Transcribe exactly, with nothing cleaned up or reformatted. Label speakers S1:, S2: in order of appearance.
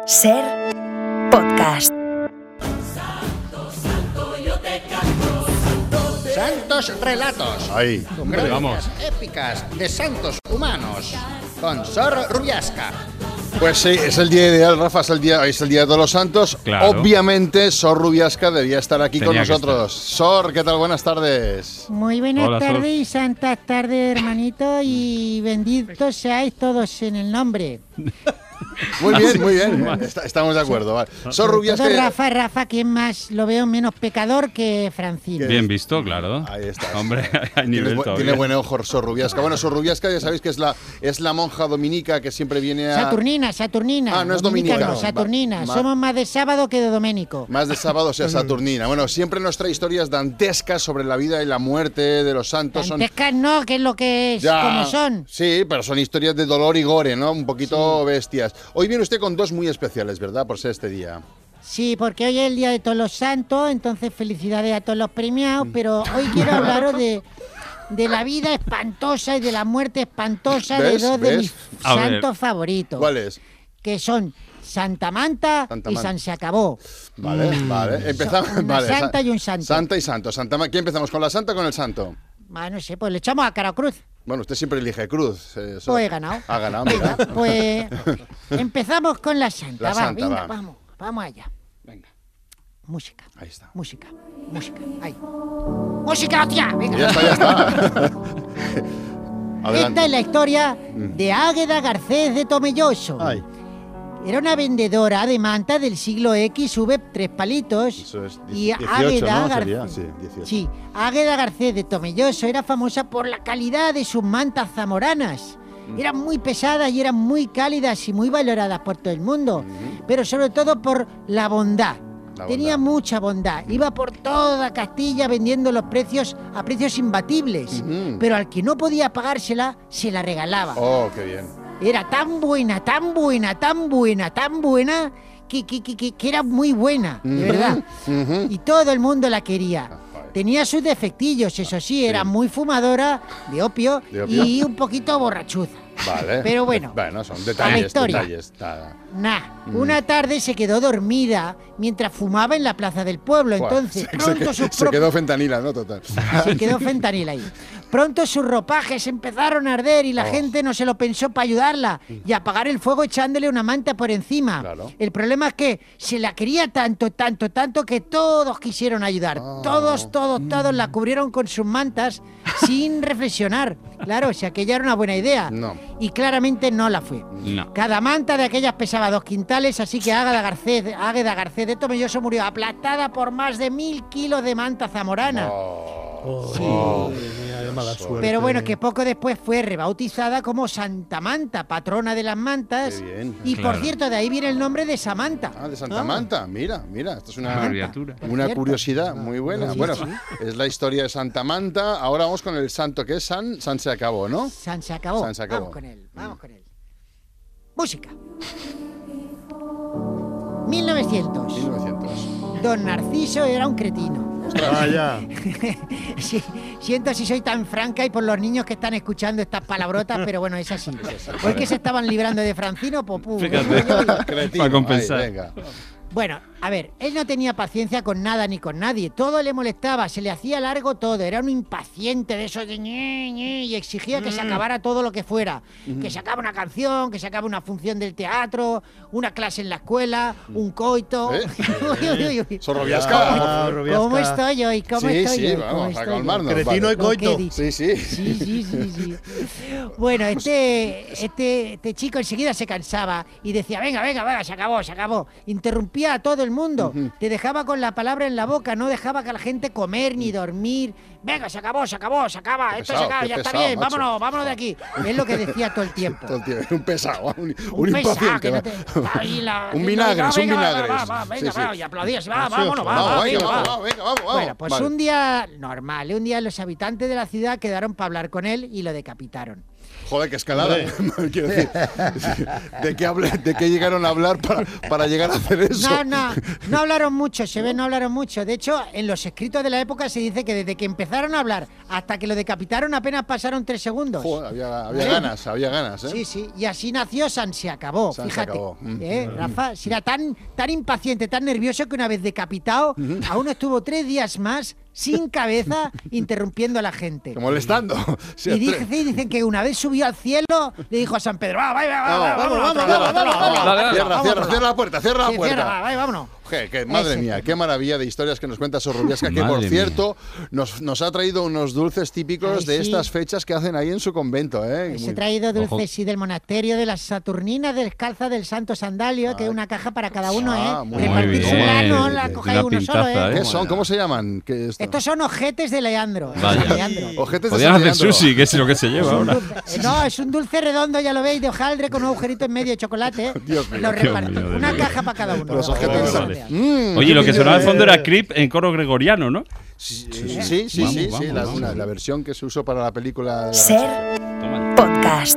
S1: Ser Podcast.
S2: Santos relatos.
S3: Ahí,
S2: Crónicas
S3: vamos.
S2: épicas de santos humanos. Con Sor Rubiasca.
S3: Pues sí, es el día ideal, Rafa, es el día, es el día de todos los santos.
S4: Claro.
S3: Obviamente, Sor Rubiasca debía estar aquí
S4: Tenía
S3: con
S4: que
S3: nosotros. Sor, ¿qué tal? Buenas tardes.
S5: Muy buenas
S4: Hola, Sor.
S5: tardes y santas tardes, hermanito, y benditos seáis todos en el nombre.
S3: Muy bien, muy bien. Está- estamos de acuerdo. Vale. Sor
S5: Todo
S3: Rubiasca.
S5: Rafa, Rafa, ¿quién más lo veo menos pecador que Francino?
S4: Bien visto, claro.
S3: Ahí estás.
S4: Hombre, hay
S3: Tiene,
S4: nivel
S3: bu-
S4: todavía.
S3: tiene buen ojo Sor Rubiasca. Bueno, Sor Rubiasca ya sabéis que es la, es la monja dominica que siempre viene a...
S5: Saturnina, Saturnina.
S3: Ah, no es
S5: Dominica,
S3: dominica.
S5: no, Saturnina.
S3: Va- ma-
S5: Somos más de sábado que de doménico.
S3: Más de sábado, o sea, Saturnina. Bueno, siempre nos trae historias dantescas sobre la vida y la muerte de los santos. Son
S5: Dantescas no, que es lo que es,
S3: Ya,
S5: como son.
S3: Sí, pero son historias de dolor y gore, ¿no? Un poquito bestias. Hoy viene usted con dos muy especiales, ¿verdad? Por ser este día.
S5: Sí, porque hoy es el Día de Todos los Santos, entonces felicidades a todos los premiados, pero hoy quiero hablaros de, de la vida espantosa y de la muerte espantosa de
S3: ¿Ves?
S5: dos de
S3: ¿Ves?
S5: mis
S4: A ver.
S5: santos favoritos.
S3: ¿Cuál es?
S5: Que son Santa Manta
S3: Santa
S5: y
S3: Manta.
S5: San Se Acabó.
S3: Vale, vale. Empezamos.
S5: Una
S3: vale,
S5: santa
S3: sa-
S5: y un santo.
S3: Santa y santo. Santa Ma- ¿Quién empezamos? ¿Con la santa o con el santo?
S5: Ah, no sé, pues le echamos a cara o cruz.
S3: Bueno, usted siempre elige cruz. eh, Sor.
S5: Pues he ganado.
S3: Ha ganado,
S5: Venga,
S3: mira.
S5: pues empezamos con la santa.
S3: La
S5: va,
S3: santa,
S5: venga,
S3: va.
S5: vamos, vamos allá.
S3: Venga,
S5: Música,
S3: ahí está.
S5: música, música. Ahí. ¡Música, hostia! Venga.
S3: Ya está, ya está. Adelante.
S5: Esta es la historia de Águeda Garcés de Tomelloso.
S3: Ay,
S5: Era una vendedora de mantas del siglo X, V tres palitos.
S3: eso es
S5: y
S3: dieciocho,
S5: Águeda
S3: ¿no?
S5: Gar-
S3: Sería, sí, dieciocho.
S5: Sí, Águeda Garcés de Tomelloso era famosa por la calidad de sus mantas zamoranas.
S3: Mm.
S5: Eran muy pesadas y eran muy cálidas y muy valoradas por todo el mundo, pero sobre todo por la bondad.
S3: La
S5: Tenía
S3: bondad.
S5: mucha bondad. Iba por toda Castilla vendiendo los precios a precios imbatibles,
S3: Ujú.
S5: pero al que no podía pagársela, se la regalaba.
S3: Oh, qué bien.
S5: Era tan buena, tan buena, tan buena, tan buena, que, que, que, que- que era muy buena, de
S3: Ujú,
S5: verdad.
S3: ujú.
S5: Y todo el mundo la quería.
S3: Ah, joder.
S5: Tenía sus defectillos, eso sí, era muy fumadora de opio,
S3: ¿De opio?
S5: y un poquito borrachuza.
S3: Vale.
S5: Pero bueno,
S3: Bueno, son
S5: a la
S3: detalles,
S5: historia.
S3: detalles. Nada.
S5: Nah,
S3: Mm.
S5: una tarde se quedó dormida mientras fumaba en la plaza del pueblo.
S3: Buah,
S5: Entonces,
S3: se, se
S5: pronto
S3: que-
S5: sus
S3: se
S5: pro-
S3: quedó fentanila, ¿no? Total.
S5: se quedó fentanil ahí. Pronto sus ropajes empezaron a arder y la
S3: Oh.
S5: gente no se lo pensó para ayudarla y apagar el fuego echándole una manta por encima.
S3: Claro.
S5: El problema es que se la quería tanto, tanto, tanto que todos quisieron ayudar.
S3: Oh.
S5: Todos, todos, todos la cubrieron con sus mantas sin reflexionar. Claro, o sea, que ya era una buena idea.
S3: No.
S5: Y claramente no la fue.
S4: No.
S5: Cada manta de aquellas pesaba dos quintales, así que Águeda Garcés, Águeda Garcés de Tomelloso murió aplastada por más de mil kilos de manta zamorana.
S3: Oh.
S5: Pero bueno, que poco después fue rebautizada como Santa Manta, patrona de las mantas.
S3: Qué bien.
S5: Y
S4: Claro.
S5: por cierto, de ahí viene el nombre de Samantha.
S3: Ah, de Santa Manta. Mira, mira. Esto es
S4: Una
S3: una,
S4: abreviatura.
S5: Por
S3: una
S5: cierto.
S3: curiosidad muy buena.
S5: Sí,
S3: Bueno,
S5: sí.
S3: es la historia de Santa Manta. Ahora vamos con el santo, que es San, San se acabó, ¿no?
S5: San se acabó.
S3: San se acabó.
S5: Vamos con él, vamos con él. Música. mil novecientos.
S3: mil novecientos.
S5: Don Narciso era un cretino.
S6: Vaya.
S5: Sí, siento si soy tan franca y por los niños que están escuchando estas palabrotas, pero bueno, es así. Porque se estaban librando de Francino, popú.
S4: Fíjate.
S3: Cretino.
S4: Para compensar.
S3: Ahí, venga.
S5: Bueno, a ver, él no tenía paciencia con nada ni con nadie. Todo le molestaba, se le hacía largo todo. Era un impaciente de esos de ñe, ñe, y exigía que se acabara todo lo que fuera. Que se acaba una canción, que se acaba una función del teatro, una clase en la escuela, un coito.
S3: ¿Eh?
S5: Uy, uy, uy, uy.
S3: Sor Rubiasca.
S6: Ah, Rubiasca.
S5: ¿Cómo estoy hoy? ¿Cómo
S3: Sí,
S5: estoy
S3: sí,
S5: hoy?
S3: vamos,
S5: ¿Cómo
S3: a
S5: estoy hoy?
S3: calmarnos.
S6: Cretino y
S3: vale.
S5: Lo que he
S6: coito.
S5: dicho.
S3: Sí, sí.
S5: Sí, sí, sí, sí. Bueno, este, este, este chico enseguida se cansaba y decía, venga, venga, venga, se acabó, se acabó. Interrumpía a todo el mundo. Te dejaba con la palabra en la boca, no dejaba que la gente comer ni dormir. Venga, se acabó, se acabó, se acaba,
S3: Qué
S5: esto
S3: pesado,
S5: se acaba,
S3: qué
S5: ya está
S3: pesado,
S5: bien,
S3: macho.
S5: vámonos, vámonos de aquí. Es lo que decía todo el tiempo.
S3: Todo el tiempo, un pesado, un, un,
S5: Un pesado,
S3: impaciente.
S5: que no
S3: va.
S5: te- ahí la-
S3: un
S5: no,
S3: vinagres,
S5: no,
S3: un
S5: venga, va,
S3: vinagres.
S5: va, va, venga,
S3: Sí, sí.
S5: va, y aplaudías, va, vámonos, va,
S3: Vamos,
S5: va,
S3: venga,
S5: venga, va.
S3: vamos, venga, vamos, vamos.
S5: Bueno, pues
S3: Vale.
S5: un día normal, un día los habitantes de la ciudad quedaron para hablar con él y lo decapitaron.
S3: Joder, qué escalada. Quiero decir, ¿de qué, hable, ¿de qué llegaron a hablar para, para llegar a hacer eso?
S5: No, no, no hablaron mucho, se ve, no hablaron mucho. De hecho, en los escritos de la época se dice que desde que empezaron a hablar hasta que lo decapitaron apenas pasaron tres segundos.
S3: Joder, había, había ganas, había ganas, ¿eh?
S5: Sí, sí, y así nació San Se Acabó,
S3: San Se
S5: fíjate.
S3: Acabó. Mm.
S5: ¿Eh, Rafa? Si era tan, tan impaciente, tan nervioso que una vez decapitado, aún estuvo tres días más sin cabeza, interrumpiendo a la gente.
S3: Molestando.
S5: Y dice, dicen que una vez subió al cielo, le dijo a San Pedro, va, va, va,
S3: Vamos, vamos, vamos, vamos. Cierra, cierra, cierra la puerta, cierra la
S5: Sí,
S3: puerta.
S5: cierra, va, va, vámonos.
S3: Que, que, madre
S5: Ese.
S3: mía, qué maravilla de historias que nos cuenta Sor Rubiasca, que
S4: Madre
S3: por
S4: mía.
S3: cierto nos, nos ha traído unos dulces típicos
S5: Ay,
S3: de
S5: sí.
S3: estas fechas que hacen ahí en su convento. ¿eh?
S5: Les
S3: Muy-
S5: he traído dulces
S4: Ojo.
S5: y del monasterio de las Saturninas descalza del Santo Sandalio, que es una caja para cada uno,
S3: Ah,
S5: ¿eh?
S3: muy
S5: Repartirse
S4: bien.
S5: un grano,
S4: De-
S5: la
S4: de
S5: cojáis
S4: una
S5: uno solo,
S4: pintaza,
S5: ¿eh?
S3: ¿Qué son? ¿Cómo se llaman? ¿Qué es esto?
S5: Estos son ojetes de Leandro. de
S4: Vaya.
S5: Leandro.
S3: Ojetes de
S4: Podían
S3: San
S4: hacer
S3: Leandro.
S4: sushi, que es lo que se lleva
S5: Es un
S4: ahora.
S5: dulce- eh, no, es un dulce redondo, ya lo veis, de hojaldre con un agujerito en medio de chocolate. ¿eh?
S3: Dios mío.
S5: Lo
S3: Dios
S5: reparto.
S4: mío, de
S5: Una
S4: verdad.
S5: caja para cada uno.
S3: Los
S5: Para
S3: ojetes
S5: que
S3: de
S5: se
S3: San-
S5: vea.
S3: Mm,
S4: Oye,
S3: qué
S4: lo que
S3: pinta
S4: sonaba al
S3: de-
S4: fondo era Creep en coro gregoriano, ¿no?
S3: Sí, sí, sí, sí,
S4: Vamos,
S3: sí,
S4: vamos,
S3: sí, la,
S4: vamos.
S3: una- la versión que se usó para la película.
S1: Ser
S4: Toma.
S1: podcast.